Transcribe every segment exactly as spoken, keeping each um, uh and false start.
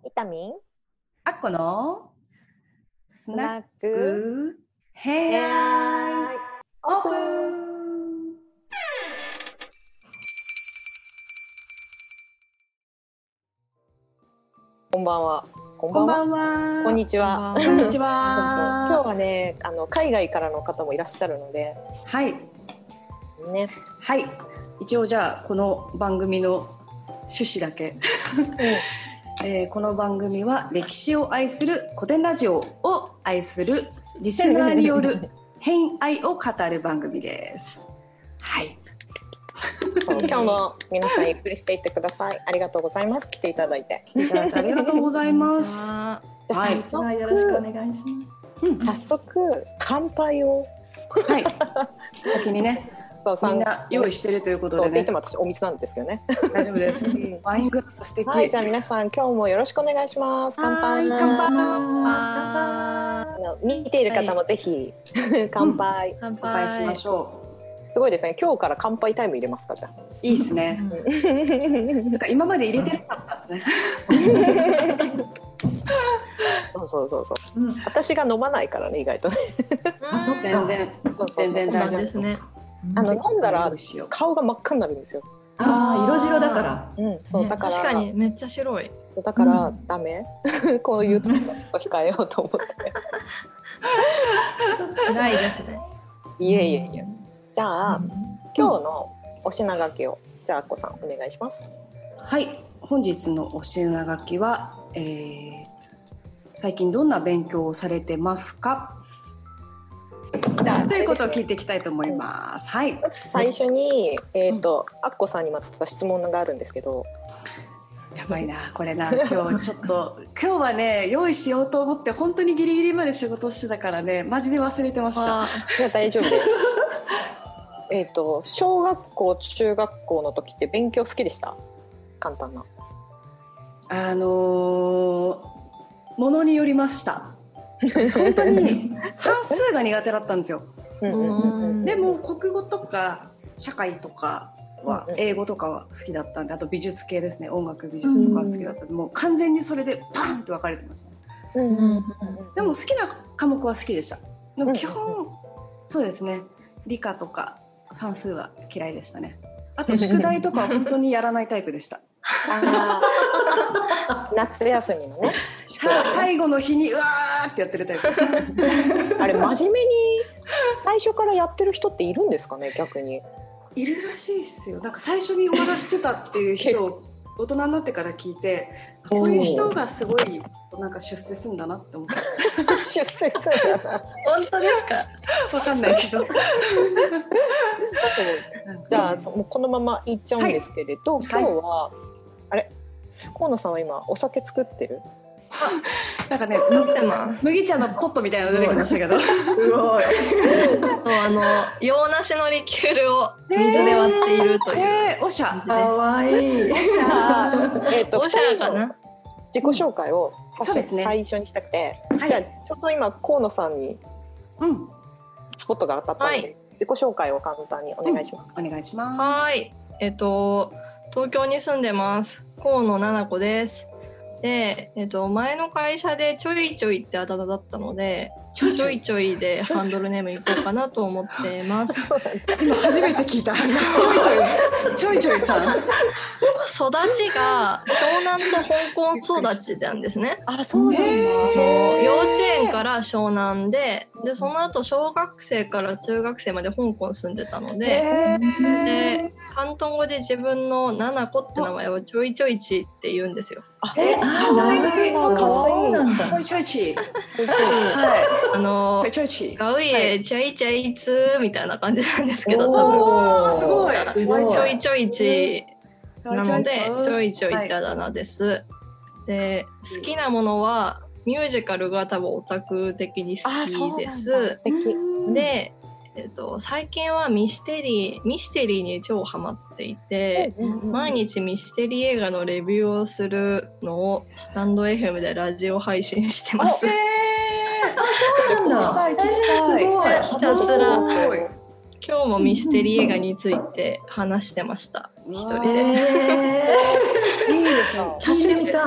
いたみんあっこのスナッスナッククヘ恋ア愛オープオープン。 ン。 こんばんは。こんこんばばんは。 んは。 こんにちは。 こんにちそうそう今日は。 はね、あの海外からの方もいらっしゃるので、 はいね。 はい。一応じゃあこの番組の趣旨だけ、えーこの番組は歴史を愛する古典ラジオを愛するリスナーによる偏愛を語る番組です。はい。 そう今日も皆さんゆっくりしていってください。ありがとうございます。来ていただいて。 いただいてありがとうございます。 じゃあはい早速、 よろしくお願いします。 うん早速乾杯を。 はい。先にね、 そうみんな用意してるということでねそうって言って。も私お水なんですけどね。 大丈夫です。ワイングラス素敵。 はい、じゃあ皆さん今日もよろしくお願いします。乾杯。 乾杯。 あの見ている方もぜひ、乾杯。 乾乾杯しましょすごいですね。今日から乾杯タイム入れますかじゃあ。 う。いいですね。なんか今まで入れてなかったですね。 そうそうそうそう。 うん、 私が飲まないからね意外とね。 あ、そっか。 全然そうそうそう全然そうな大丈夫んですね。 あの飲んだらどうしよう。 顔が真っ赤になるんですよ。 ああ、色白だから。 うん、そうねだから確かにめっちゃ白い。 だからうんダメ。こういうとこちょっと控えようと思って。 辛いですね。 いえいえいえ。じゃあうん今日のお品書きをじゃああっこさんお願いします。 はい。本日のお品書きは、えー、最近どんな勉強をされてますか？ じゃあということを聞いていきたいと思います。はい。 最初にえっとあっこさんにまた質問があるんですけど。 やばいなこれな。今日ちょっと今日はね用意しようと思って本当にギリギリまで仕事してたからねマジで忘れてました。 あいや大丈夫です。えっと小学校中学校の時って勉強好きでした？簡単な。 あのー、ものによりました。本当に算数が苦手だったんですよ。 うんうんうんうんでも国語とか社会とかはうんうん英語とかは好きだったんで、あと美術系ですね、音楽美術とかは好きだったんで、もう完全にそれでパーンって分かれてました。 うんうんうんでも好きな科目は好きでした。でも基うん本そうですね、理科とか算数は嫌いでしたね。あと宿題とかは本当にやらないタイプでした。 あー夏休みのね宿題ね最後の日にうわーってやってるタイプでした。 あれ真面目に最初からやってる人っているんですかね逆に。 いるらしいですよ。なんか最初に終わらしてたっていう人を大人になってから聞いて、 おーそういう人がすごいなんか出世するんだなって思って。 出世するんだな。 本当ですか？わかんないけど。 じゃあそもうこのままいっちゃうんですけれど、 はい今日は、あれ河野さんは今お酒作ってる？ なんかね、 ーでも麦茶のポットみたいなの出てきましたけど。 すごい。 そうあの洋梨のリキュールを水で割っているというえー、おしゃ。 感じかわいい。 じゃあ、えっとおしゃれかな。 自己紹介をそうですね最初にしたくて、 はいじゃあちょっと今河野さんにうん、 スポットが当たったので、 はい自己紹介を簡単にお願いします。 お願いします。 はーい。えっと東京に住んでます。河野奈々子です。で、えっと前の会社でちょいちょいってあだ名だったので、 ちょいちょいちょいちょいでハンドルネームいこうかなと思ってます。 そうなんだ。 今初めて聞いた。ちょいちょい、ちょいちょいさん。 育ちが湘南と香港育ちなんですね。 あ、そうなんだ。 へー幼稚園から湘南で、でその後小学生から中学生まで香港住んでたので、 えーで広東語で自分のナナコって名前をちょいちょいちって言うんですよ。 え、あ、なるほど。そうなんちょだ。 いちょいち。 ははあのい。ちょいちょいち。 ガウイエちょいちょいつみたいな感じなんですけど、多おーすごい。 すごい分ちょいちょいちなのでちょい。 いちょいってあだ名です。で好きなものはミュージカルが多分オタク的に好あ、そうなんだ。 きです素。敵。 で、えっと、最近はミステリーミステリーに超ハマっていて、毎日ミステリー映画のレビューをするのをスタンド エフエム でラジオ配信してます。 えそうなんだ。 聞きたい聞きたいえーすごい。 ひたすらすごい。 今日もミステリー映画について話してました。一人で。 えいいですね。 聞いてみたい。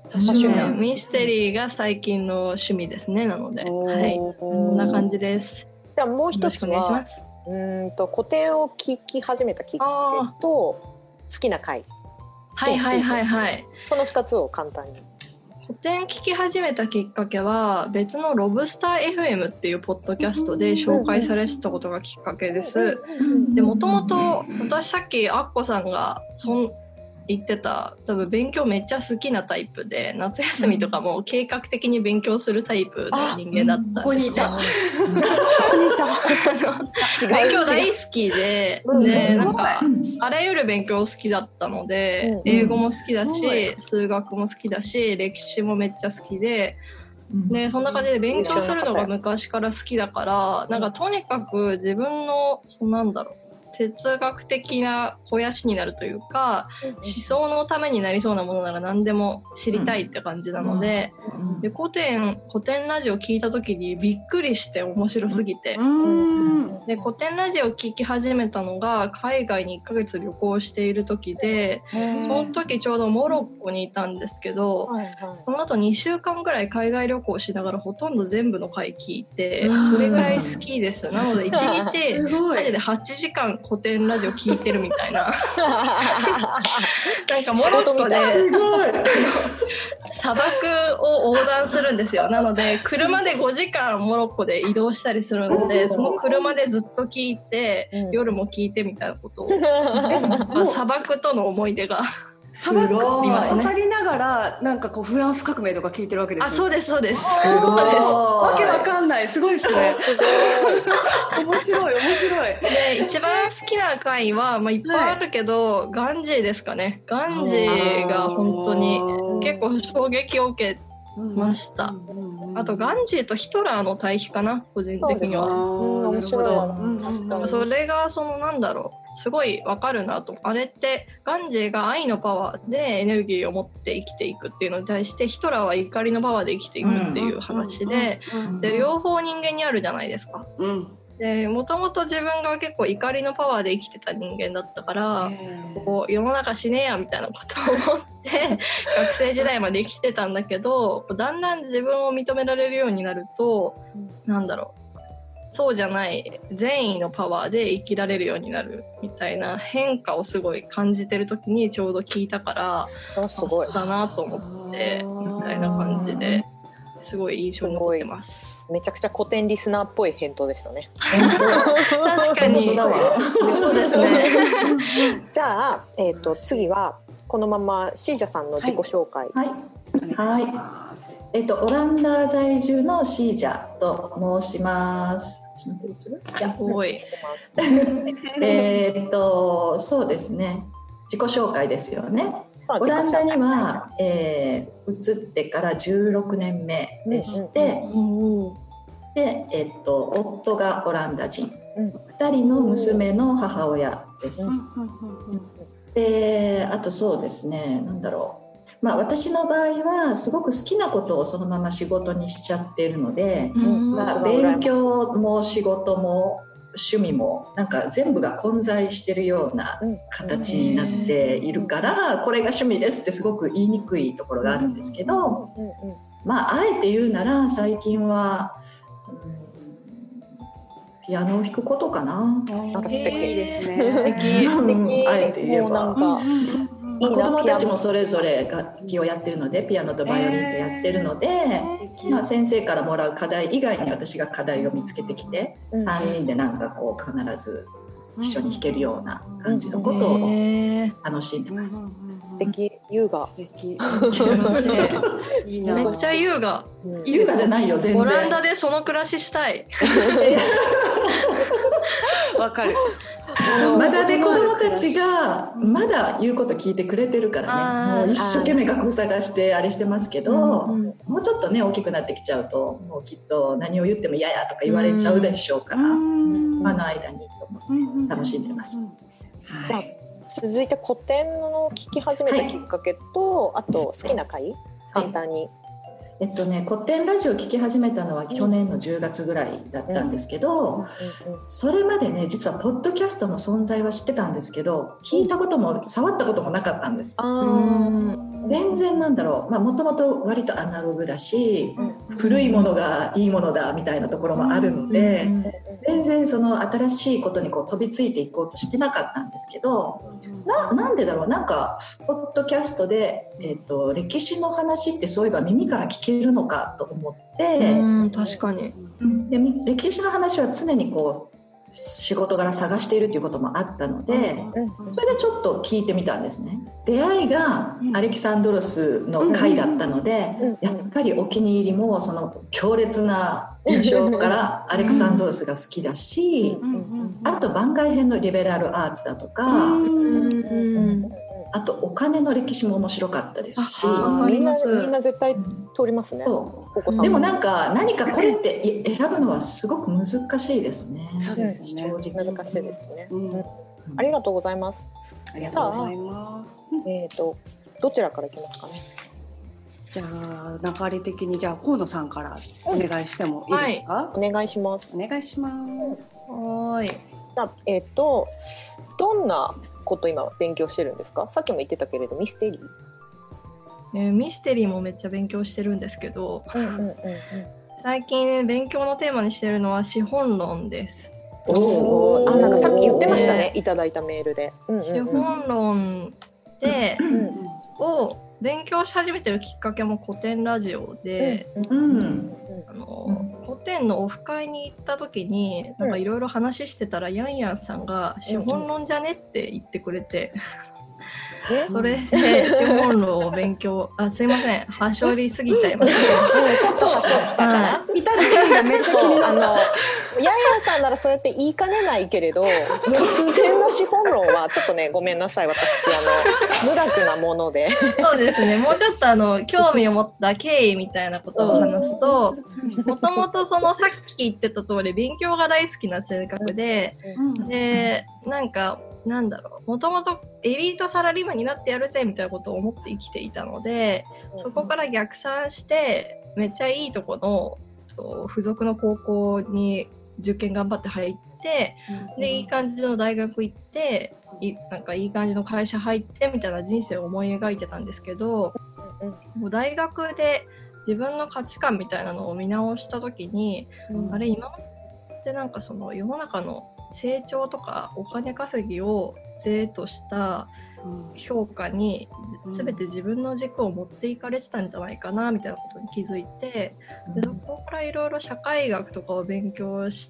趣味、ミステリーが最近の趣味ですね。なので、はい、こんな感じです。 じゃあもう一つはうんと古典を聞き始めたきっかけと好きな回、 はいはいはいはい、 このふたつを簡単に。 古典聞き始めたきっかけは別のロブスター エフエム っていうポッドキャストで紹介されてたことがきっかけです。で、もともと私さっきアッコさんがそん言ってた多分勉強めっちゃ好きなタイプで、夏休みとかも計画的に勉強するタイプの人間だったんですよ。勉強大好きで、でなんかあらゆる勉強好きだったので、英語も好きだし数学も好きだし歴史もめっちゃ好きで、でそんな感じで勉強するのが昔から好きだから、なんかとにかく自分のそなんだろう哲学的な肥やしになるというか、思想のためになりそうなものなら何でも知りたいって感じなので、で古典古典ラジオ聞いた時にびっくりして面白すぎて、で古典ラジオ聞き始めたのが海外にいっかげつ旅行している時で、その時ちょうどモロッコにいたんですけど、その後にしゅうかんぐらい海外旅行しながらほとんど全部の回聞いて、それぐらい好きです。なのでいちにちマジではちじかん古典ラジオ聞いてるみたいななんかモロッコで砂漠を横断するんですよ。なので車でごじかんモロッコで移動したりするので、その車でずっと聞いて、うん、夜も聞いてみたいなことを砂漠との思い出が砂漠を渡りながらなんかこうフランス革命とか聞いてるわけですよ。 あ、そうですそうです。 すごいわけわかんない。すごいですね。面白い面白い。 で一番好きな回は、まあ、いっぱいあるけど、はい、ガンジーですかね。ガンジーが本当に結構衝撃を受けました。あとガンジーとヒトラーの対比かな、個人的には。 面白い。 それがそのなんだろう。すごいわかるなと。あれってガンジーが愛のパワーでエネルギーを持って生きていくっていうのに対して、ヒトラーは怒りのパワーで生きていくっていう話で、で両方人間にあるじゃないですか。うん、でもともと自分が結構怒りのパワーで生きてた人間だったから、こう世の中死ねやみたいなことを思って学生時代まで生きてたんだけど、だんだん自分を認められるようになると、なんだろう、そうじゃない善意のパワーで生きられるようになるみたいな変化をすごい感じてる時にちょうど聞いたから、すごいだなと思ってみたいな感じですごい印象に残ってます。 めちゃくちゃ古典リスナーっぽい返答でしたね。 確かにそうですね。 じゃあ、えーと、次はこのままシージャさんの自己紹介。 はい、はいはい、えっと、オランダ在住のシージャと申します。 すごい。 えっとそうですね、自己紹介ですよね。オランダには、えー、移ってからじゅうろくねんめでして、うんうん、で、えっと、夫がオランダ人、うん、ふたりの娘の母親です、うん、であとそうですね、なんだろう、まあ、私の場合はすごく好きなことをそのまま仕事にしちゃっているので、うんまあ、勉強も仕事も趣味もなんか全部が混在してるような形になっているから、これが趣味ですってすごく言いにくいところがあるんですけど、まああえて言うなら最近は、うん、ピアノを弾くことかな。 なんか素敵ですね。 素敵素敵。あえて言えばなんかいい子どもたちもそれぞれ楽器をやってるので、ピアノとバイオリンでやってるので、えーまあ、先生からもらう課題以外に私が課題を見つけてきて、うん、さんにんでなんかこう必ず一緒に弾けるような感じのことを楽しんでます。 素敵、優雅。 素敵。 いいな。めっちゃ優雅。 優雅じゃないよ全然。 オランダでその暮らししたい。 わかる。 まだね、子供たちがまだ言うこと聞いてくれてるからね、もう一生懸命学校探してあれしてますけど、もうちょっとね大きくなってきちゃうともうきっと何を言っても嫌やとか言われちゃうでしょうから、今の間にと思って楽しんでます。 じゃあ続いて古典の聞き始めたきっかけと、はい、あと好きな回、簡単に。 えっとね、古典ラジオを聞き始めたのは去年のじゅうがつぐらいだったんですけど、それまでね実はポッドキャストの存在は知ってたんですけど、聞いたことも触ったこともなかったんです。 あ、 全然なんだろう、もともと割とアナログだし、古いものがいいものだみたいなところもあるので、全然その新しいことにこう飛びついていこうとしてなかったんですけど、 な, なんでだろう、なんかポッドキャストで、えーと、歴史の話ってそういえば耳から聞けるのかと思って、 うん、確かに。 で歴史の話は常にこう仕事柄探しているということもあったので、それでちょっと聞いてみたんですね。出会いがアレキサンドロスの回だったので、やっぱりお気に入りもその強烈な印象からアレキサンドロスが好きだし、あと番外編のリベラルアーツだとか、あとお金の歴史も面白かったですし、 みんなみんな絶対通りますね。 でもなんか何かこれって選ぶのはすごく難しいですね。 そうですね。 正直難しいですね。うんうん、ありがとうございます。 ありがとうございます。 えっとどちらからいきますかね。 じゃあ流れ的にじゃあ河野さんからお願いしてもいいですか。 はい、お願いします。 お願いします。 はい。 じゃあえっとどんなこと今勉強してるんですか。さっきも言ってたけれどミステリー。 えー、ミステリーもめっちゃ勉強してるんですけど、 うんうんうんうん、 最近勉強のテーマにしてるのは資本論です。 おあ、なんかさっき言ってましたね、いただいたメールで、うんうんうん、 資本論で、うん、を勉強し始めてるきっかけも古典ラジオで、うんうん、あの古典のオフ会に行った時になんかいろいろ話してたら、うん、ヤンヤンさんが資本論じゃねって言ってくれて、うん、それで資本論を勉強あすいませんはしょりすぎちゃいましたちょっとはしょったかな、 いたってがめっちゃ気になった。 ヤンヤンさんならそうやって言いかねないけれど突然の資本論はちょっとねごめんなさい、私あの無学なものでそうですね、もうちょっとあの興味を持った経緯みたいなことを話すと、もともとそのさっき言ってた通り勉強が大好きな性格で、でなんかなんだろう、もともとエリートサラリーマンになってやるぜみたいなことを思って生きていたので、そこから逆算してめっちゃいいとこの付属の高校に受験頑張って入って、でいい感じの大学行っていなんかいい感じの会社入ってみたいな人生を思い描いてたんですけど、もう大学で自分の価値観みたいなのを見直した時に、うん、あれ今までなんかその世の中の成長とかお金稼ぎを是とした評価に全て自分の軸を持っていかれてたんじゃないかなみたいなことに気づいて、でそこからいろいろ社会学とかを勉強して、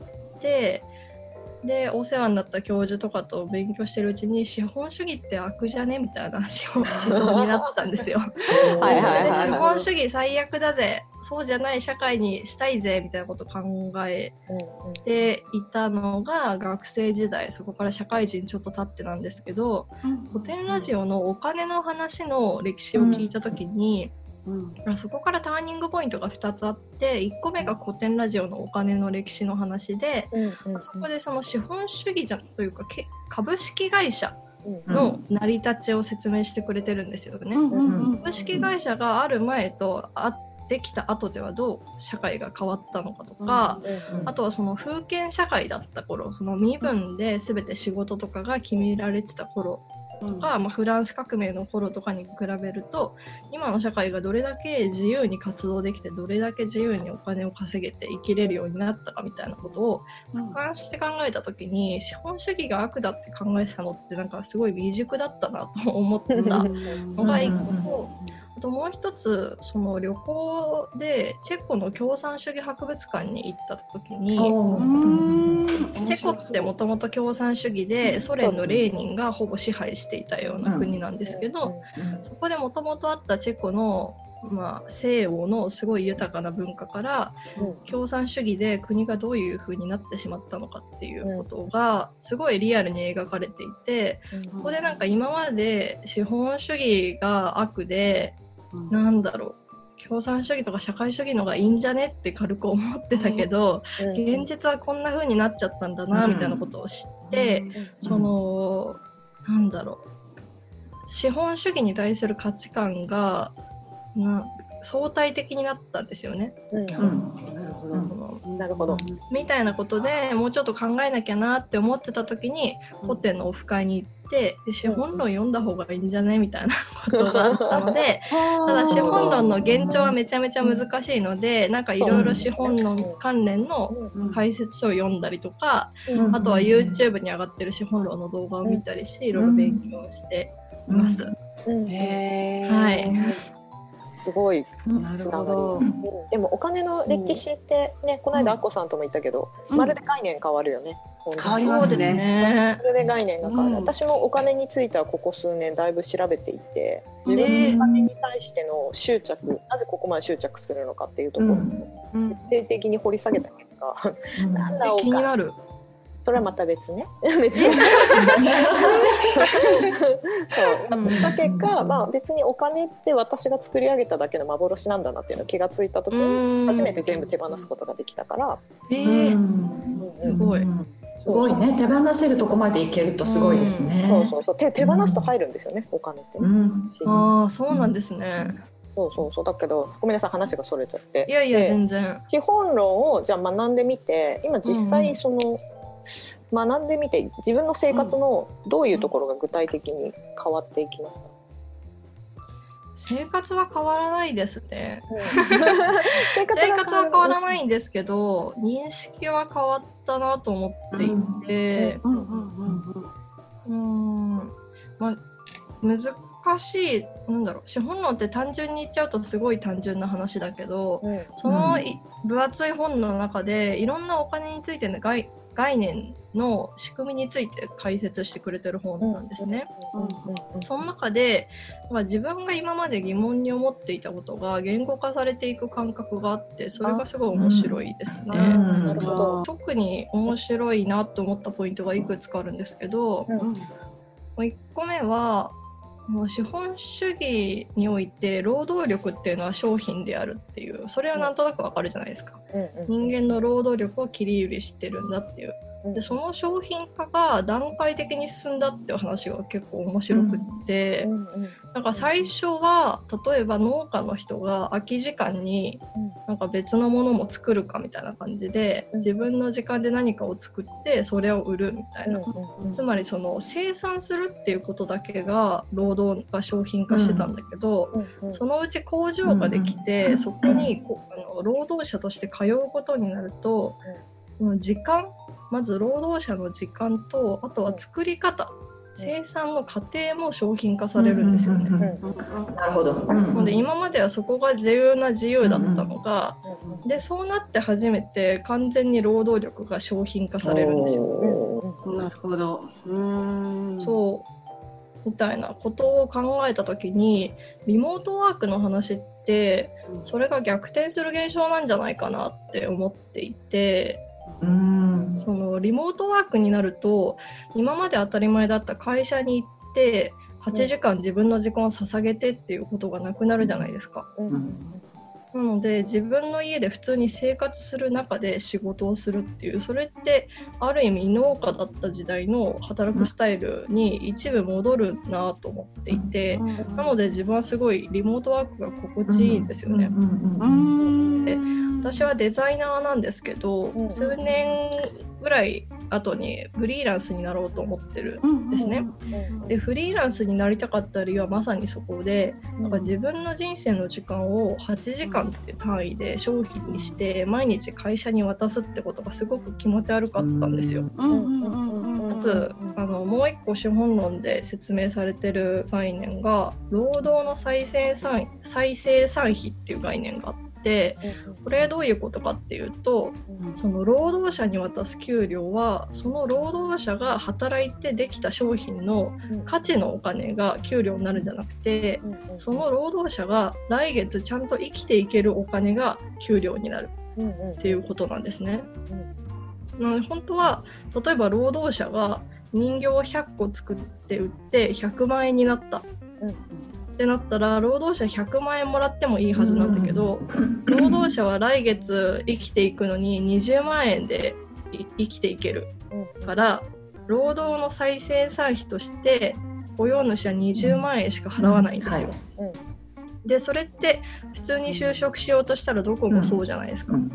でお世話になった教授とかと勉強してるうちに資本主義って悪じゃねみたいな思想になったんですよ。はいはいはいはい、資本主義最悪だぜ、そうじゃない社会にしたいぜみたいなことを考えていたのが学生時代、そこから社会人ちょっと経ってなんですけど、古典ラジオのお金の話の歴史を聞いた時に、うん、そこからターニングポイントがふたつあって、いっこめが古典ラジオのお金の歴史の話で、うんうんうん、そこでその資本主義じゃというか株式会社の成り立ちを説明してくれてるんですよね、うんうんうん、株式会社がある前とあできた後ではどう社会が変わったのかとか、うんうんうん、あとはその封建社会だった頃、その身分で全て仕事とかが決められてた頃とか、うんまあ、フランス革命の頃とかに比べると今の社会がどれだけ自由に活動できて、どれだけ自由にお金を稼げて生きれるようになったかみたいなことを俯瞰して考えた時に、資本主義が悪だって考えてたのってなんかすごい未熟だったなと思ったのが一個と、あともう一つ、その旅行でチェコの共産主義博物館に行った時に、チェコってもともと共産主義でソ連のレーニンがほぼ支配していたような国なんですけど、そこでもともとあったチェコの、まあ、西欧のすごい豊かな文化から共産主義で国がどういう風になってしまったのかっていうことがすごいリアルに描かれていて、ここでなんか今まで資本主義が悪で、なんだろう、共産主義とか社会主義のがいいんじゃねって軽く思ってたけど、うん、現実はこんな風になっちゃったんだなみたいなことを知って、うん、そのなんだろう、資本主義に対する価値観がな相対的になったんですよね。 うん、 なるほど。 なるほど。 みたいなことでもうちょっと考えなきゃなって思ってた時に、古典のオフ会に行って資本論読んだ方がいいんじゃねみたいなことがあったので、ただ資本論の現状はめちゃめちゃ難しいので、なんかいろいろ資本論関連の解説書を読んだりとか、あとは YouTube に上がってる資本論の動画を見たりしていろいろ勉強しています。 へー、 はい。 すごいなるほど。 でもお金の歴史ってね、この間アッコさんとも言ったけど、まるで概念変わるよね。 変わりますね。 まるで概念が変わる。私もお金についてはここ数年だいぶ調べていて、自分のお金に対しての執着、なぜここまで執着するのかっていうところを徹底的に掘り下げた結果、なんだお金。 気になる。 それはまた別ね。別に。そう。した結果、まあ別にお金って私が作り上げただけの幻なんだなっていうのを気がついた時に初めて全部手放すことができたから。 えー、すごい。 すごいね。手放せるとこまでいけるとすごいですね。 そうそうそう。手手放すと入るんですよね、お金ってね。 ああ、そうなんですね。 そうそうそう。だけどごめんなさい、話がそれちゃって。 いやいや全然。 基本論をじゃあ学んでみて、今実際その学んでみて自分の生活のどういうところが具体的に変わっていきますか？ 生活は変わらないですね。 生活は変わらないんですけど、認識は変わったなと思っていて、うん、まあ難しい、なんだろう、資本論って単純に言っちゃうとすごい単純な話だけど、うん、その分厚い本の中でいろんなお金についての概概念の仕組みについて解説してくれてる本なんですね。その中で、まあ、自分が今まで疑問に思っていたことが言語化されていく感覚があって、それがすごい面白いですね。なるほど。特に面白いなと思ったポイントがいくつかあるんですけど、うん、いっこめはもう資本主義において労働力っていうのは商品であるっていう、それはなんとなくわかるじゃないですか、うんうん、人間の労働力を切り売りしてるんだっていう。でその商品化が段階的に進んだっていう話が結構面白くって、うん、なんか最初は例えば農家の人が空き時間になんか別のものも作るかみたいな感じで、自分の時間で何かを作ってそれを売るみたいな、うん、つまりその生産するっていうことだけが労働が商品化してたんだけど、うん、そのうち工場ができて、うん、そこにこうあの労働者として通うことになると、うん、時間まず労働者の時間と、あとは作り方、生産の過程も商品化されるんですよね。 なるほど。 なので今まではそこが自由な自由だったのが、でそうなって初めて完全に労働力が商品化されるんですよね。 なるほど。うーん。 そうみたいなことを考えたときに、リモートワークの話ってそれが逆転する現象なんじゃないかなって思っていて。うんそのリモートワークになると、今まで当たり前だった会社に行ってはちじかん自分の時間を捧げてっていうことがなくなるじゃないですか、うん、なので自分の家で普通に生活する中で仕事をするっていう、それってある意味農家だった時代の働くスタイルに一部戻るなと思っていて、なので自分はすごいリモートワークが心地いいんですよね。で私はデザイナーなんですけど、うん、数年ぐらい後にフリーランスになろうと思ってるんですね。でフリーランスになりたかった理由はまさにそこで、なんか自分の人生の時間をはちじかんっていう単位で商品にして毎日会社に渡すってことがすごく気持ち悪かったんですよ。かつあのもう一個資本論で説明されてる概念が労働の再生産再生産費っていう概念があって、でこれどういうことかっていうと、その労働者に渡す給料はその労働者が働いてできた商品の価値のお金が給料になるんじゃなくて、その労働者が来月ちゃんと生きていけるお金が給料になるっていうことなんですね。なので本当は例えば労働者が人形をひゃっこ作って売ってひゃくまんえんになったってなったら、労働者ひゃくまんえんもらってもいいはずなんだけど、労働者は来月生きていくのににじゅうまんえんで生きていけるから、労働の再生産費として雇用主はにじゅうまんえんしか払わないんですよ。 でそれって普通に就職しようとしたらどこもそうじゃないですか、うん、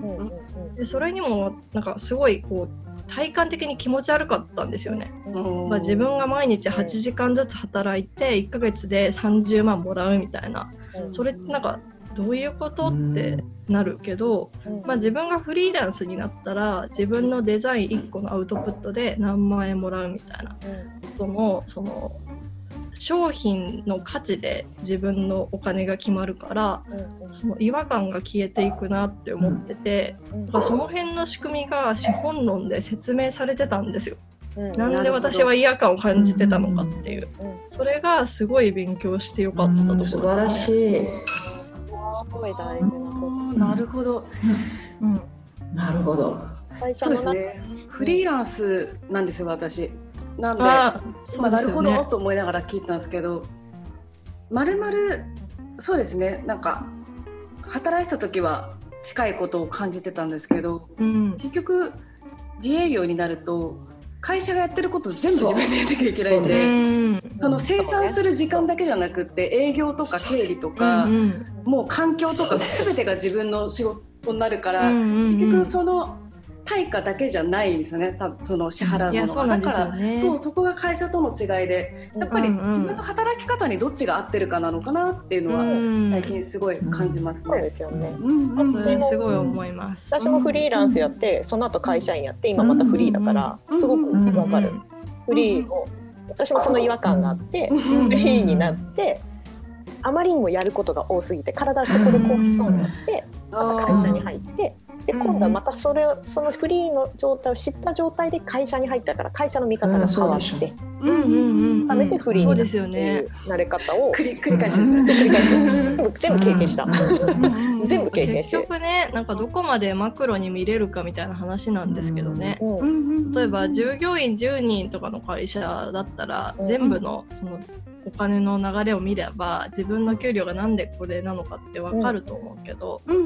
でそれにもなんかすごいこう体感的に気持ち悪かったんですよね、まあ、自分が毎日はちじかんずつ働いていっかげつでさんじゅうまんもらうみたいな、それってなんかどういうことってなるけど、まあ、自分がフリーランスになったら自分のデザインいっこのアウトプットで何万円もらうみたいなことも、その商品の価値で自分のお金が決まるから、その違和感が消えていくなって思ってて、だからその辺の仕組みが資本論で説明されてたんですよ。なんで私は違和感を感じてたのかっていう、それがすごい勉強してよかったところですね。 素晴らしい。 すごい大事なこと。 なるほど、 うん、なるほど。 そうですね。フリーランスなんですよ私。なんで、あまあ、なるほどと思いながら聞いたんですけど、まるまるそうですね。なんか働いた時は近いことを感じてたんですけど、うん、結局自営業になると会社がやってること全部自分でやらなきゃいけないんで、その生産する時間だけじゃなくって営業とか経理とか、うんうん、もう環境とか全てが自分の仕事になるから、うんうんうん、結局その対価だけじゃないんですよね。多分その支払うものが、だからそう、そこが会社との違いで、やっぱり自分の働き方にどっちが合ってるかなのかなっていうのは最近すごい感じますね。 そうですよね。 うんうん、それすごい思います。 私もフリーランスやってその後会社員やって今またフリーだからすごくわかる。フリーを私もその違和感があってフリーになってあまりにもやることが多すぎて体そこで壊しそうになってまた会社に入って、で今度はまたそれをそのフリーの状態を知った状態で会社に入ったから会社の見方が変わって改めてフリーになるっていう慣れ方を繰り返すんですね。全部経験した全部経験して、 結局ね、なんかどこまでマクロに見れるかみたいな話なんですけどね、例えば従業員じゅうにんとかの会社だったら全部のそのお金の流れを見れば自分の給料がなんでこれなのかって分かると思うけど、うん、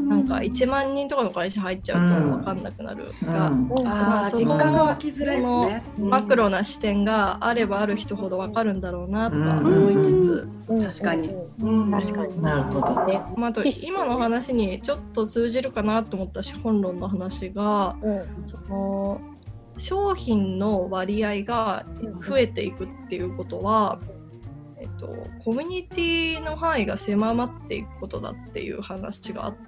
なんかいちまんにんとかの会社入っちゃうと分かんなくなるが、うんうん、 あ実感が湧きづらいですね。 マクロな視点があればある人ほど分かるんだろうなとか思いつつ、 うん、確かに、 うん、確かになるほどね。 まあ、あと今の話にちょっと通じるかなと思った資本論の話が、うん、その商品の割合が増えていくっていうことは、えっと、コミュニティの範囲が狭まっていくことだっていう話があって、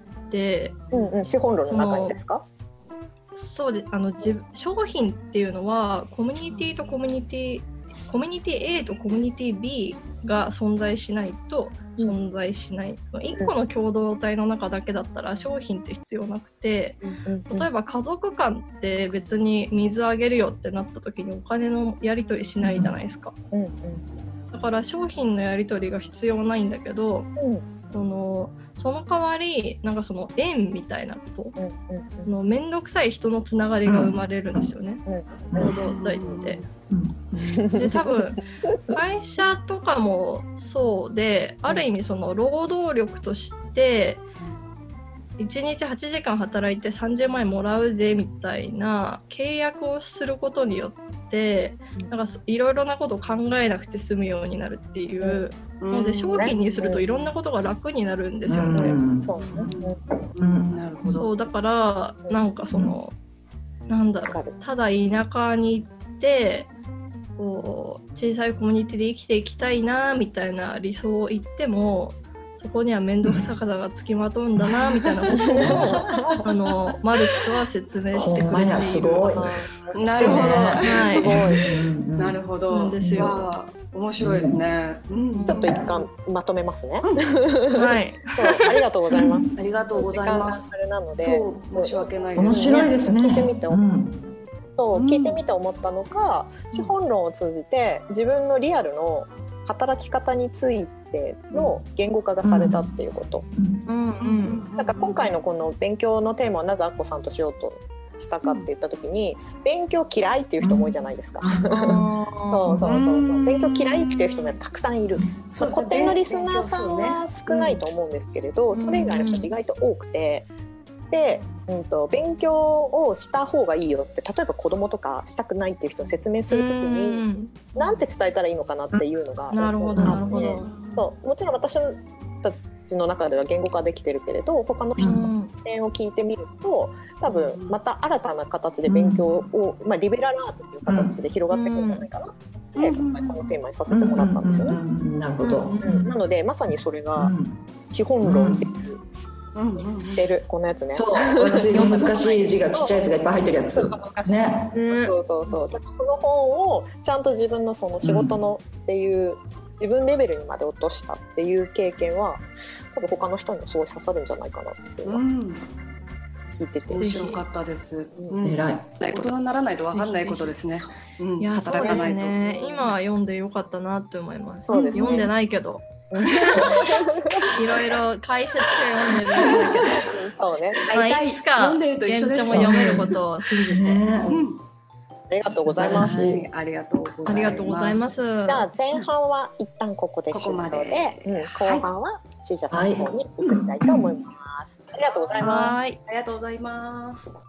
うんうん、資本論の中にですか？ そうで、あの商品っていうのはコミュニティとコミュニティコミュニティ A とコミュニティ B が存在しないと存在しない、うん、いっこの共同体の中だけだったら商品って必要なくて、例えば家族間って別に水あげるよってなった時にお金のやり取りしないじゃないですか、うんうん、だから商品のやり取りが必要ないんだけど、うん、そのその代わりなんかその縁みたいなこと、うんうんうん、の面倒くさい人のつながりが生まれるんですよね、労働体って。で多分会社とかもそうで、ある意味その労働力としていちにちはちじかん働いてさんじゅうまんえんもらうでみたいな契約をすることによってなんかいろいろなことを考えなくて済むようになるっていう、うん、ので商品にするといろんなことが楽になるんですよね、うんうん、そうね、なるほど。そうだからなんかそのなんだろう、ただ田舎に行ってこう小さいコミュニティで生きていきたいなみたいな理想を言ってもそこには面倒くささがつきまとうんだなみたいなことをあのマルクスは説明してくれている。 すごい。なるほど、 はい、 すごいなるほどなんですよ。 面白いですね、 うん、ちょっと一貫まとめますね、 はい、 ありがとうございます。 ありがとうございます。 時間があれなのでそう申し訳ないです。 面白いですね。 聞いてみて、うん、そう聞いてみて思ったのが、うん、資本論を通じて自分のリアルの働き方についての言語化がされたっていうこと、うんうん、なんか今回のこの勉強のテーマはなぜアッコさんとしようとしたかって言った時に、うん、勉強嫌いっていう人も多いじゃないですか、うん、そうそうそうそう、勉強嫌いっていう人もたくさんいる、まあ、固定のリスナーさんは少ないと思うんですけれど、うん、それ以外の人意外と多くて、で、うんと、勉強をした方がいいよって例えば子供とかしたくないっていう人を説明するときになんて伝えたらいいのかなっていうのが、 なるほどなるほど。 そうもちろん私ちの中では言語化できてるけれど他の人の視点を聞いてみると多分また新たな形で勉強を、まあ、リベラルアーツっていう形で広がってくるんじゃないかなって、今回このテーマにさせてもらったんですよね。 なるほど、 うん、なのでまさにそれが資本論っていう出るこのやつね。 そう、私難しい字がちっちゃいやつがいっぱい入ってるやつ。 そうそう難しいね。そうそうそう。だからその本をちゃんと自分のその仕事のっていう、うん、自分レベルにまで落としたっていう経験は多分他の人にもすごい刺さるんじゃないかなっていうのは聞いてて、 面白かったです。 うん、偉い。 大人にならないと分かんないことですね。 うん、いやそうですね。今読んでよかったなって思います。 そうですね、 読んでないけど。いろいろ解説して読んでるんだけど、 そうね。 まあ、いつか読んでると一緒です。 現状も読めることを信じて、ね、 うん、ありがとうございます。 ありがとうございます。 ありがとうございます。 じゃあ前半は一旦ここで終了で、うん、後半はシージャさんの方に移りたいと思います。はい、ありがとうございます。 はい、ありがとうございます。